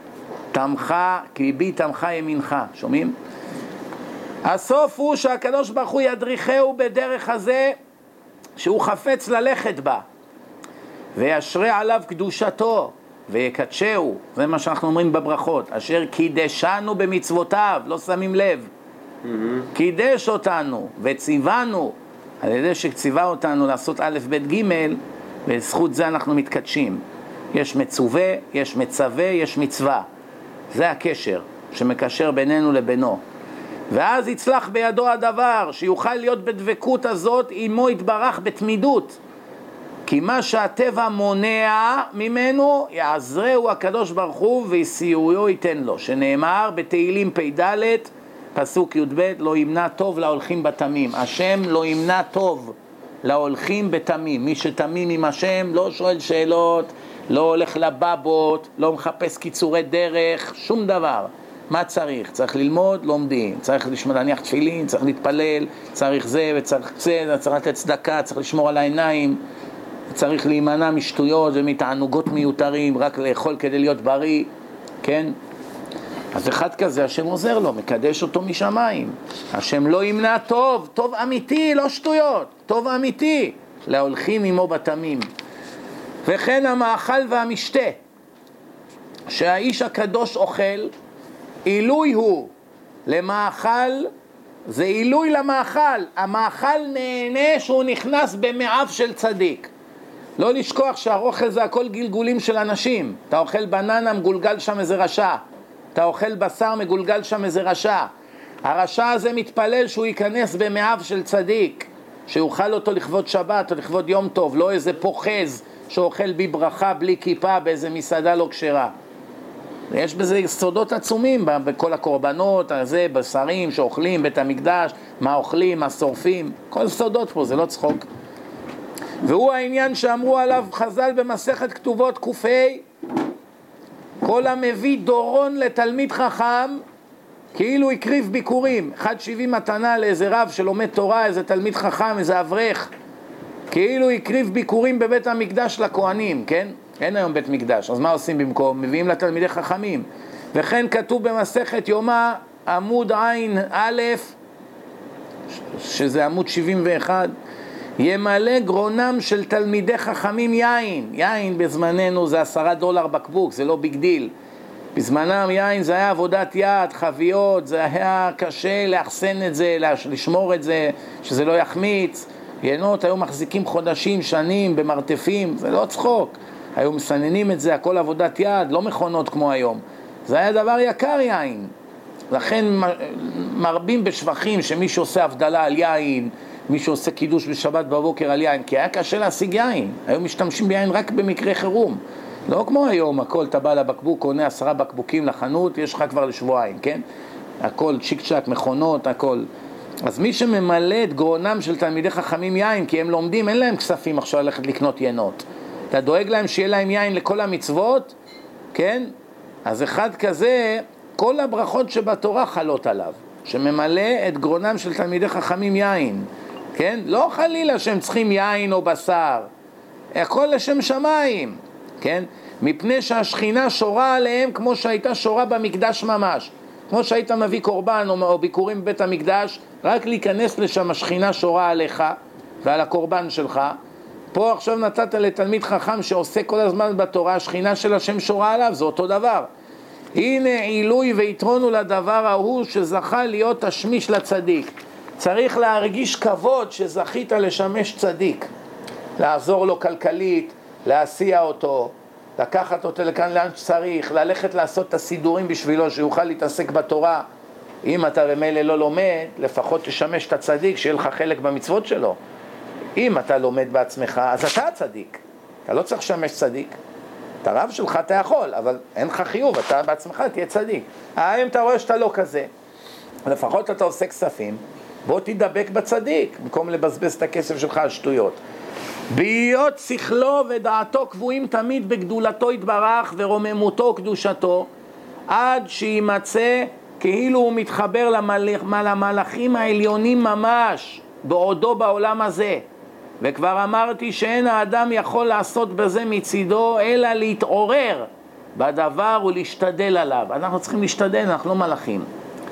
כי בי תמך ימינך, שומעים? הסוף הוא שהקדוש ברוך הוא ידריכהו בדרך הזה שהוא חפץ ללכת בה, וישרה עליו קדושתו ויקדשהו, זה מה שאנחנו אומרים בברכות, אשר קידשנו במצוותיו, לא שמים לב, קידש אותנו וציוונו, על ידי שציווה אותנו לעשות א' ב' ג', בזכות זה אנחנו מתקדשים. יש מצווה, יש מצווה, יש מצווה, זה הקשר שמקשר בינינו לבינו. ואז יצלח בידו הדבר, שיוכל להיות בדבקות הזאת עמו יתברך בתמידות, כי מה שהטבע מונע ממנו יעזרהו הקדוש ברוך הוא ויסיועו ייתן לו, שנאמר בתהילים פ"ד פסוק י"ב, לא ימנע טוב להולכים בתמים. השם לא ימנע טוב להולכים בתמים. מי שתמים עם השם לא שואל שאלות, לא הולך לבבות, לא מחפש קיצורי דרך, שום דבר. מה צריך? צריך ללמוד, לומדים. צריך להניח תפילין, צריך להתפלל, צריך זה וצריך זה, צריך לתת צדקה, צריך לשמור על העיניים, צריך להימנע משטויות ומתענוגות מיותרים, רק לאכול כדי להיות בריא, כן? אז אחד כזה השם עוזר לו, מקדש אותו משמיים. השם לא ימנע טוב, טוב אמיתי, לא שטויות, טוב אמיתי, להולכים עמו בתמים. וכן המאכל והמשתה, שהאיש הקדוש אוכל, עילוי הוא למאכל, זה עילוי למאכל. המאכל נהנה שהוא נכנס במעיו של צדיק. לא לשכוח שהאוכל זה הכל גלגולים של אנשים. אתה אוכל בננה, מגולגל שם איזה רשע. אתה אוכל בשר, מגולגל שם איזה רשע. הרשע הזה מתפלל שהוא ייכנס במעיו של צדיק, שיוכל אותו לכבוד שבת או לכבוד יום טוב, לא איזה פוחז שאוכל בי ברכה בלי כיפה באיזה מסעדה לא כשרה. יש בזה יסודות עצומים בכל הקורבנות, הזה, בשרים שאוכלים, בית המקדש, מה אוכלים, מה שורפים, כל סודות פה, זה לא צחוק. והוא העניין שאמרו עליו חז"ל במסכת כתובות ק"ה, כל המביא דורון לתלמיד חכם כאילו הקריב ביקורים. 1.70 מתנה לאיזה רב שלומד תורה, איזה תלמיד חכם, איזה אברך, כאילו הקריב ביקורים בבית המקדש לכהנים, כן? אין היום בית מקדש, אז מה עושים במקום? מביאים לתלמידי חכמים. וכן כתוב במסכת יומא עמוד עין א', שזה עמוד 71, ימלא גרונם של תלמידי חכמים יין. יין בזמננו זה $10 בקבוק, זה לא ביג דיל. בזמנם יין זה היה עבודת יד, חביות, זה היה קשה לאחסן את זה, לשמור את זה, שזה לא יחמיץ. יינות היו מחזיקים חודשים, שנים במרתפים, זה לא צחוק. היו מסננים את זה, הכל עבודת יד, לא מכונות כמו היום. זה היה דבר יקר יין. לכן מרבים בשבחים שמי שעושה הבדלה על יין, מי שעושה קידוש בשבת בבוקר על יין, כי היה קשה להשיג יין. היו משתמשים ביין רק במקרה חירום. לא כמו היום, הכל אתה בא לבקבוק, קונה 10 בקבוקים לחנות, יש לך כבר לשבועיים, כן? הכל צ'יק צ'ק, מכונות, הכל. אז מי שממלא את גרונם של תלמידי חכמים יין, כי הם לומדים, אין להם כספים עכשיו ללכת לקנות יינות. אתה דואג להם שיהיה להם יין לכל המצוות, כן? אז אחד כזה, כל הברכות שבתורה חלות עליו, שממלא את גרונם של תלמידי חכמים יין, כן? לא חלילה שהם צריכים יין או בשר, הכל לשם שמיים, כן? מפני שהשכינה שורה עליהם כמו שהייתה שורה במקדש ממש. כמו שהיית מביא קורבן או ביקורים בבית המקדש, רק להיכנס לשם השכינה שורה עליך ועל הקורבן שלך. פה עכשיו נתת לתלמיד חכם שעושה כל הזמן בתורה, השכינה של השם שורה עליו, זה אותו דבר. הנה עילוי ויתרונו לדבר ההוא שזכה להיות תשמיש לצדיק. צריך להרגיש כבוד שזכית לשמש צדיק, לעזור לו כלכלית, להסיע אותו, לקחת אותו לכאן לאן שצריך, ללכת לעשות את הסידורים בשבילו שיוכל להתעסק בתורה. אם אתה במילא לא לומד, לפחות תשמש את הצדיק, שיהיה לך חלק במצוות שלו. אם אתה לומד בעצמך, אז אתה הצדיק. אתה לא צריך לשמש צדיק. את הרב שלך אתה יכול, אבל אין לך חיוב, אתה בעצמך תהיה צדיק. אם אתה רואה שאתה לא כזה, לפחות אתה עושה כספים, בוא תדבק בצדיק, במקום לבזבז את הכסף שלך על שטויות. בהיות שכלו ודעתו קבועים תמיד בגדולתו יתברך ורוממותו קדושתו, עד שימצא כאילו הוא מתחבר למלאכים העליונים ממש, בעודו בעולם הזה. וכבר אמרתי שאין האדם יכול לעשות בזה מצידו, אלא להתעורר בדבר ולהשתדל עליו. אנחנו צריכים להשתדל, אנחנו לא מלאכים.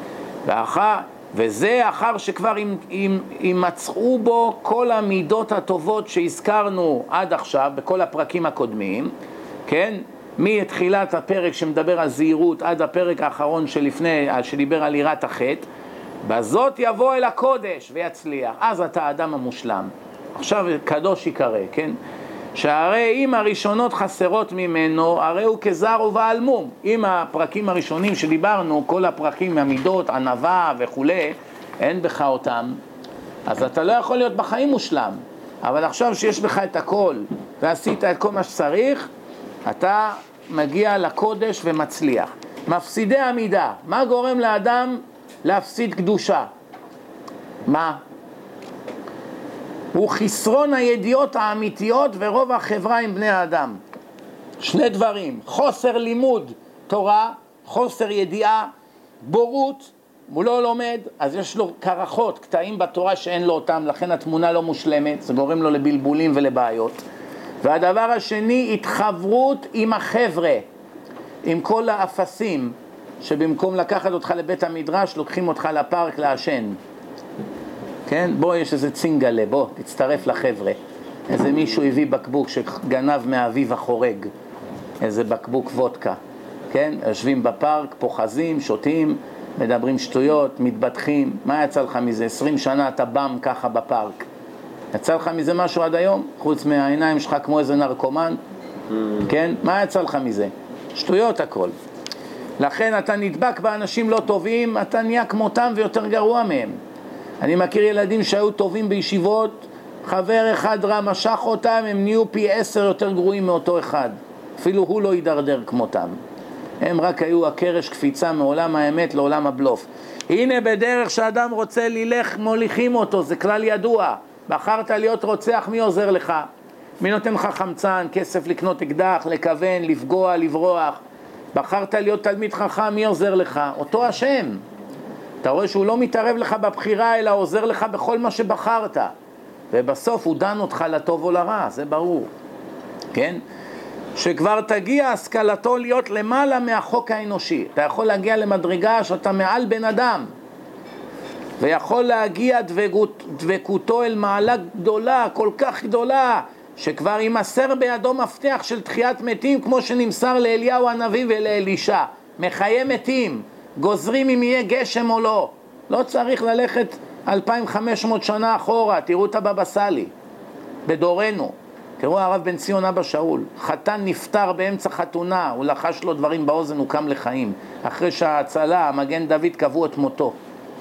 וזה אחר שכבר ימצאו בו כל המידות הטובות שהזכרנו עד עכשיו, בכל הפרקים הקודמים, כן? מתחילת הפרק שמדבר על זהירות עד הפרק האחרון שדיבר על יראת החטא, בזאת יבוא אל הקודש ויצליח. אז אתה האדם המושלם. עכשיו קדוש יקרא, כן? שהרי אם הראשונות חסרות ממנו, הרי הוא כזר ובעל מום. אם הפרקים הראשונים שדיברנו, כל הפרקים מהמידות, ענווה וכו', אין בך אותם, אז אתה לא יכול להיות בחיים מושלם. אבל עכשיו שיש בך את הכל, ועשית את כל מה שצריך, אתה מגיע לקודש ומצליח. מפסידי עמידה. מה גורם לאדם להפסיד קדושה? מה? הוא חסרון הידיעות האמיתיות ורוב החברה עם בני האדם. שני דברים, חוסר לימוד תורה, חוסר ידיעה, בורות, הוא לא לומד, אז יש לו קרחות, קטעים בתורה שאין לו אותם, לכן התמונה לא מושלמת, זה גורם לו לבלבולים ולבעיות. והדבר השני, התחברות עם החבר'ה, עם כל האפסים, שבמקום לקחת אותך לבית המדרש, לוקחים אותך לפארק לעשן. כן? בוא, יש איזה צינגלה, בוא, תצטרף לחבר'ה. איזה מישהו הביא בקבוק שגנב מהאביב החורג, איזה בקבוק וודקה. כן? יושבים בפארק, פוחזים, שותים, מדברים שטויות, מתבטחים. מה יצא לך מזה? 20 שנה אתה בם ככה בפארק. יצא לך מזה משהו עד היום? חוץ מהעיניים שלך כמו איזה נרקומן? כן? מה יצא לך מזה? שטויות הכל. לכן אתה נדבק באנשים לא טובים, אתה נהיה כמותם ויותר גרוע מהם. אני מכיר ילדים שהיו טובים בישיבות, חבר אחד רע משך אותם, הם נהיו פי 10 יותר גרועים מאותו אחד. אפילו הוא לא יידרדר כמותם. הם רק היו הקרש קפיצה מעולם האמת לעולם הבלוף. הנה בדרך שאדם רוצה ללך מוליכים אותו, זה כלל ידוע. בחרת להיות רוצח, מי עוזר לך? מי נותן לך חמצן, כסף לקנות אקדח, לכוון, לפגוע, לברוח? בחרת להיות תלמיד חכם, מי עוזר לך? אותו השם. אתה רואה שהוא לא מתערב לך בבחירה, אלא עוזר לך בכל מה שבחרת. ובסוף הוא דן אותך לטוב או לרע, זה ברור. כן? שכבר תגיע השכלתו להיות למעלה מהחוק האנושי. אתה יכול להגיע למדרגה שאתה מעל בן אדם. ויכול להגיע דבקותו אל מעלה גדולה, כל כך גדולה, שכבר ימסר בידו מפתח של תחיית מתים, כמו שנמסר לאליהו הנביא ולאלישע. מחיי מתים. גוזרים אם יהיה גשם או לא. לא צריך ללכת 2500 שנה אחורה. תראו את הבבא סאלי בדורנו. תראו הרב בן ציון אבא שאול. חתן נפטר באמצע חתונה, הוא לחש לו דברים באוזן, הוא קם לחיים. אחרי שההצלה, המגן דוד, קבעו את מותו.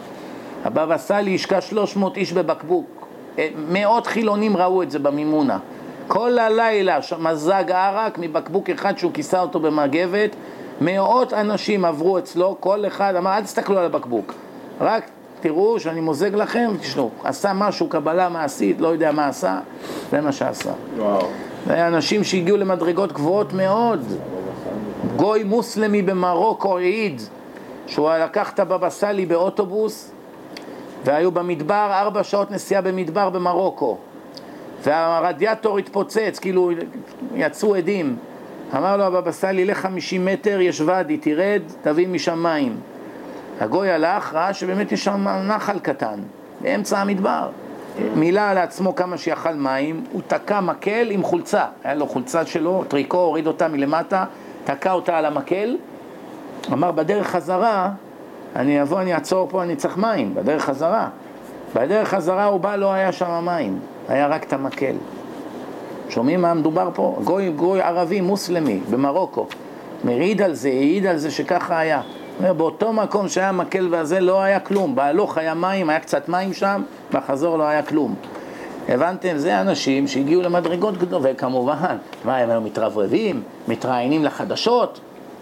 הבבא סאלי השקע 300 איש בבקבוק. מאות חילונים ראו את זה במימונה. כל הלילה מזג ערק מבקבוק אחד שהוא כיסה אותו במגבת. מאות אנשים עברו אצלו, כל אחד אמר, אל תסתכלו על הבקבוק, רק תראו שאני מוזג לכם, תשנו, עשה משהו, קבלה מעשית, לא יודע מה עשה, זה מה שעשה. וואו. זה אנשים שהגיעו למדרגות גבוהות מאוד. גוי מוסלמי במרוקו העיד, שהוא לקח את הבבא סאלי באוטובוס, והיו במדבר, 4 שעות נסיעה במדבר במרוקו, והרדיאטור התפוצץ, כאילו יצאו עדים. אמר לו הבבא סאלי, לך 50 מטר, יש ואדי, תרד, תביא משם מים. הגוי הלך, ראה שבאמת יש שם נחל קטן, באמצע המדבר. מילא על עצמו כמה שיכל מים, הוא תקע מקל עם חולצה. היה לו חולצה שלו, טריקו, הוריד אותה מלמטה, תקע אותה על המקל. אמר, בדרך חזרה, אני אעצור פה, אני צריך מים, בדרך חזרה. בדרך חזרה הוא בא, לא היה שם מים, היה רק את המקל. שומעים מה מדובר פה? גוי ערבי מוסלמי במרוקו. העיד על זה שככה היה. באותו מקום שהיה מקל והזה לא היה כלום. בהלוך היה מים, היה קצת מים שם, בחזור לא היה כלום. הבנתם? זה אנשים שהגיעו למדרגות גדולות, וכמובן, מה הם היו מתרברבים, מתראיינים לחדשות,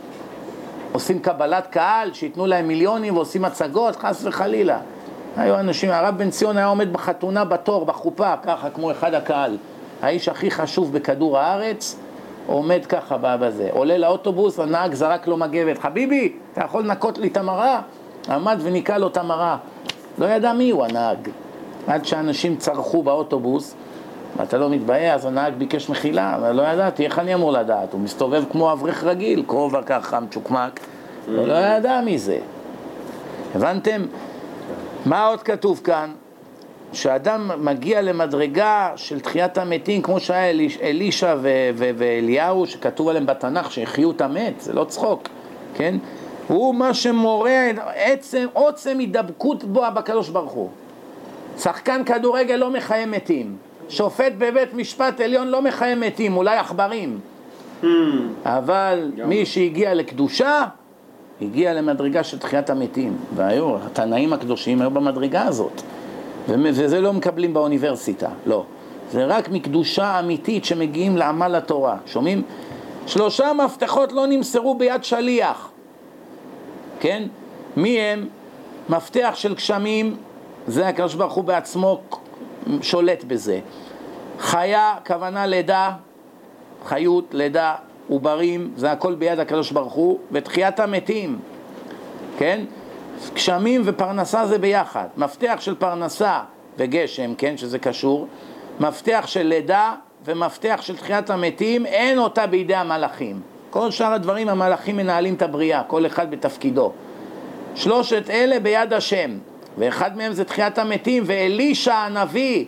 עושים קבלת קהל, שיתנו להם מיליונים ועושים הצגות, חס וחלילה. היו אנשים, הרב בן ציון היה עומד בחתונה בתור, בחופה, ככה כמו אחד הקהל. האיש הכי חשוב בכדור הארץ, עומד ככה בזה. עולה לאוטובוס, הנהג זרק לו מגבת. חביבי, אתה יכול לנקות לי את המראה? עמד וניקה לו את המראה. לא ידע מי הוא הנהג. עד שאנשים צרחו באוטובוס, ואתה לא מתבייש, אז הנהג ביקש מחילה, אבל לא ידעתי, איך אני אמור לדעת? הוא מסתובב כמו אברך רגיל, כובע ככה, מצ'וקמק, ולא ידע מי זה. הבנתם? מה עוד כתוב כאן? שאדם מגיע למדרגה של תחיית המתים, כמו שהיה אלישע ואליהו, שכתוב עליהם בתנ"ך, שהחיו את המת, זה לא צחוק, כן? הוא מה שמורה, עוצם הידבקות בו בקדוש ברוך הוא. שחקן כדורגל לא מחיה מתים. שופט בבית משפט עליון לא מחיה מתים, אולי עכברים. אבל מי שהגיע לקדושה, הגיע למדרגה של תחיית המתים. והיו, התנאים הקדושים היו במדרגה הזאת. וזה לא מקבלים באוניברסיטה, לא. זה רק מקדושה אמיתית שמגיעים לעמל התורה. שומעים? 3 מפתחות לא נמסרו ביד שליח. כן? מי הם? מפתח של גשמים, זה הקדוש ברוך הוא בעצמו שולט בזה. חיה, כוונה לידה, חיות, לידה, עוברים, זה הכל ביד הקדוש ברוך הוא, ותחיית המתים, כן? גשמים ופרנסה זה ביחד. מפתח של פרנסה וגשם, כן, שזה קשור. מפתח של לידה ומפתח של תחיית המתים, אין אותה בידי המלאכים. כל שאר הדברים המלאכים מנהלים את הבריאה, כל אחד בתפקידו. 3 אלה ביד השם, ואחד מהם זה תחיית המתים. ואלישע הנביא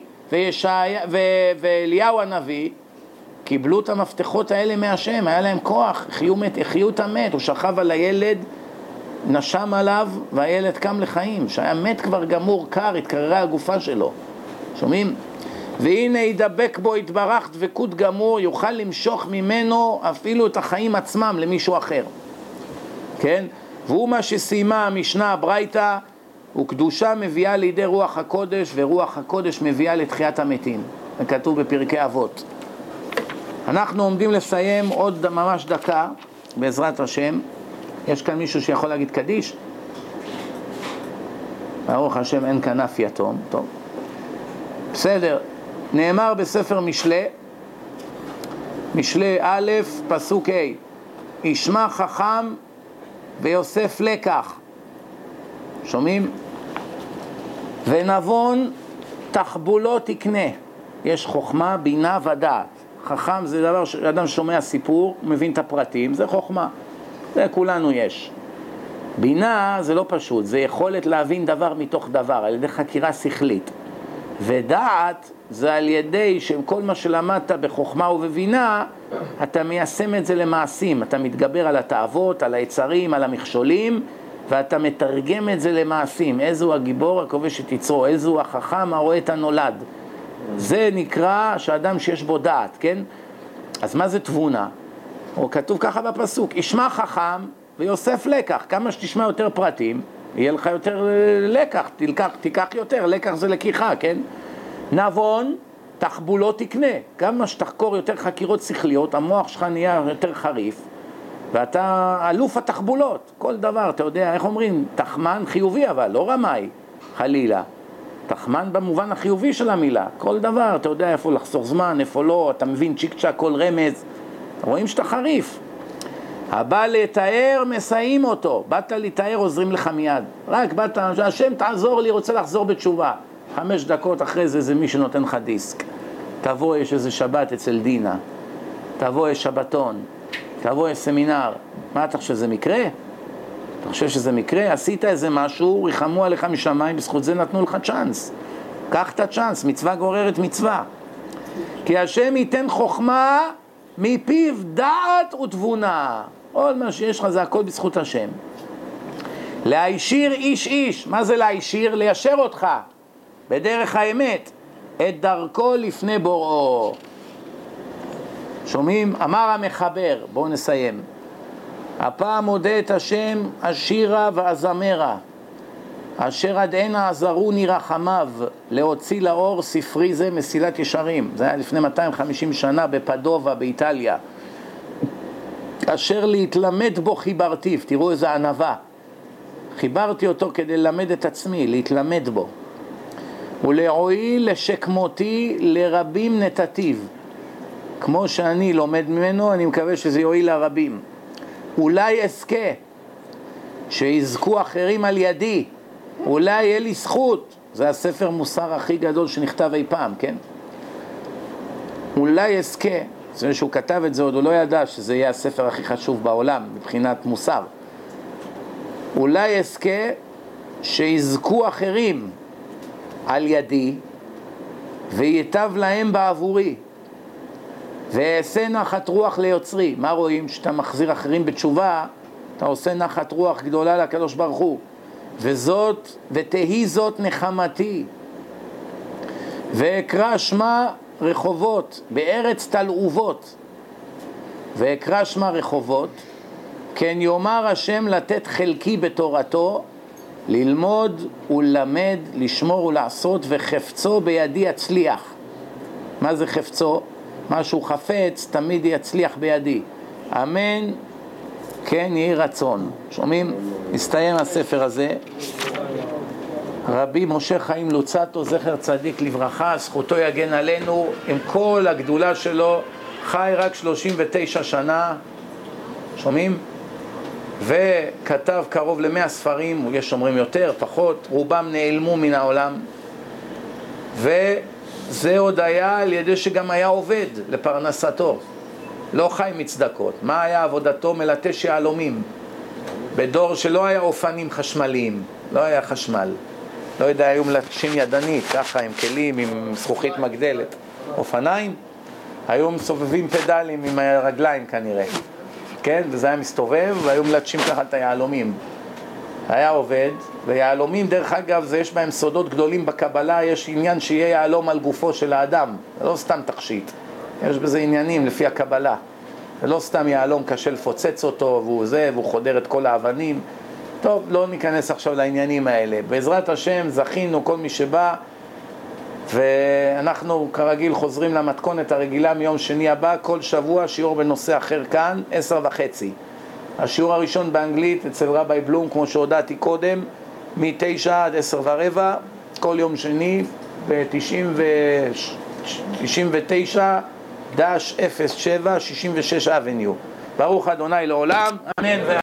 ואליהו הנביא קיבלו את המפתחות האלה מהשם, היה להם כוח, החיו את המת. הוא שכב על הילד, נשם עליו, והילד קם לחיים. שהיה מת כבר גמור, קר, התקררה הגופה שלו. שומעים? והנה ידבק בו יתברך דבקות גמור, יוכל למשוך ממנו אפילו את החיים עצמם למישהו אחר. כן? והוא מה שסיימה המשנה הברייתא, וקדושה מביאה לידי רוח הקודש, ורוח הקודש מביאה לתחיית המתים. זה כתוב בפרקי אבות. אנחנו עומדים לסיים עוד ממש דקה, בעזרת השם. יש כאן מישהו שיכול להגיד קדיש? ברוך השם, אין כאן אף יתום. טוב. בסדר. נאמר בספר משלי, משלי א', פסוק ה', ישמע חכם ויוסף לקח. שומעים? ונבון תחבולו תקנה. יש חוכמה, בינה ודעת. חכם זה דבר שאדם שומע סיפור, מבין את הפרטים, זה חוכמה. זה כולנו יש. בינה זה לא פשוט, זה יכולת להבין דבר מתוך דבר, על ידי חקירה שכלית. ודעת זה על ידי שכל מה שלמדת בחוכמה ובבינה, אתה מיישם את זה למעשים. אתה מתגבר על התאוות, על היצרים, על המכשולים, ואתה מתרגם את זה למעשים. איזו הגיבור הכובש את יצרו, איזו החכם הרואה את הנולד. זה נקרא שאדם שיש בו דעת, כן? אז מה זה תבונה? או כתוב ככה בפסוק, ישמע חכם ויוסף לקח. כמה שתשמע יותר פרטים, יהיה לך יותר לקח, תיקח יותר, לקח זה לקיחה, כן? נבון, תחבולו תקנה. כמה שתחקור יותר חקירות שכליות, המוח שלך נהיה יותר חריף, ואתה אלוף התחבולות. כל דבר, אתה יודע, איך אומרים? תחמן חיובי, אבל לא רמאי, חלילה. תחמן במובן החיובי של המילה. כל דבר, אתה יודע איפה לחסוך זמן, איפה לא, אתה מבין צ'יק צ'ק, כל רמז. רואים שאתה חריף. הבא לתאר, מסיים אותו. באת לתאר, עוזרים לך מיד. רק באת, השם תעזור לי, רוצה לחזור בתשובה. 5 דקות אחרי זה, זה מי שנותן לך דיסק. תבוא, יש איזה שבת אצל דינה. תבוא, יש שבתון. תבוא, יש סמינר. מה אתה חושב, זה מקרה? אתה חושב שזה מקרה? עשית איזה משהו, ריחמו עליך משמיים, בזכות זה נתנו לך צ'אנס. קח את הצ'אנס, מצווה גוררת מצווה. כי השם ייתן חוכמה מפיו דעת ותבונה. כל מה שיש לך זה הכל בזכות השם. להישיר איש איש. מה זה להישיר? ליישר אותך בדרך האמת, את דרכו לפני בוראו. שומעים? אמר המחבר, בואו נסיים. הפעם מודה את השם השירה והזמרה, אשר עד הנה עזרוני רחמיו להוציא לאור ספרי זה מסילת ישרים. זה היה לפני 250 שנה בפדובה באיטליה. אשר להתלמד בו חיברתיו. תראו איזה ענווה. חיברתי אותו כדי ללמד את עצמי, להתלמד בו. ולהועיל לשכמותי לרבים נתתיו. כמו שאני לומד ממנו, אני מקווה שזה יועיל לרבים. אולי אזכה שיזכו אחרים על ידי, אולי יהיה לי זכות. זה הספר מוסר הכי גדול שנכתב אי פעם, כן? אולי אזכה, זה שהוא כתב את זה עוד הוא לא ידע שזה יהיה הספר הכי חשוב בעולם מבחינת מוסר. אולי אזכה שיזכו אחרים על ידי ויטב להם בעבורי ואעשה נחת רוח ליוצרי. מה רואים? שאתה מחזיר אחרים בתשובה, אתה עושה נחת רוח גדולה לקדוש ברוך הוא. ותהי זאת נחמתי, ואקרא שמה רחובות בארץ תלעובות, ואקרא שמה רחובות, כן יאמר השם לתת חלקי בתורתו, ללמוד ולמד, לשמור ולעשות, וחפצו בידי יצליח. מה זה חפצו? משהו חפץ תמיד יצליח בידי. אמן כן יהי רצון. שומעים? מסתיים הספר הזה. רבי משה חיים לוצטו, זכר צדיק לברכה, זכותו יגן עלינו, עם כל הגדולה שלו, חי רק 39 שנה, שומעים? וכתב קרוב ל100 ספרים, יש אומרים יותר, פחות, רובם נעלמו מן העולם, וזה עוד היה על ידי שגם היה עובד לפרנסתו, לא חי מצדקות. מה היה עבודתו? מלטש יהלומים, בדור שלא היה אופנים חשמליים, לא היה חשמל, לא יודע, היו מלטשים ידנית, ככה עם כלים, עם זכוכית מגדלת. אופניים, היו מסובבים פדלים עם הרגליים כנראה, כן? וזה היה מסתובב, והיו מלטשים ככה את היהלומים. היה עובד, ויהלומים דרך אגב, זה יש בהם סודות גדולים בקבלה, יש עניין שיהיה יהלום על גופו של האדם, זה לא סתם תכשיט, יש בזה עניינים לפי הקבלה. זה לא סתם יהלום קשה לפוצץ אותו, והוא חודר את כל האבנים. טוב, לא ניכנס עכשיו לעניינים האלה. בעזרת השם זכינו כל מי שבא, ואנחנו כרגיל חוזרים למתכונת הרגילה מיום שני הבא, כל שבוע שיעור בנושא אחר כאן, 10:30. השיעור הראשון באנגלית אצל רבי בלום, כמו שהודעתי קודם, מ-9 עד 10:15, כל יום שני, ב-99-07 66 אבניו. ברוך אדוני לעולם, אמן.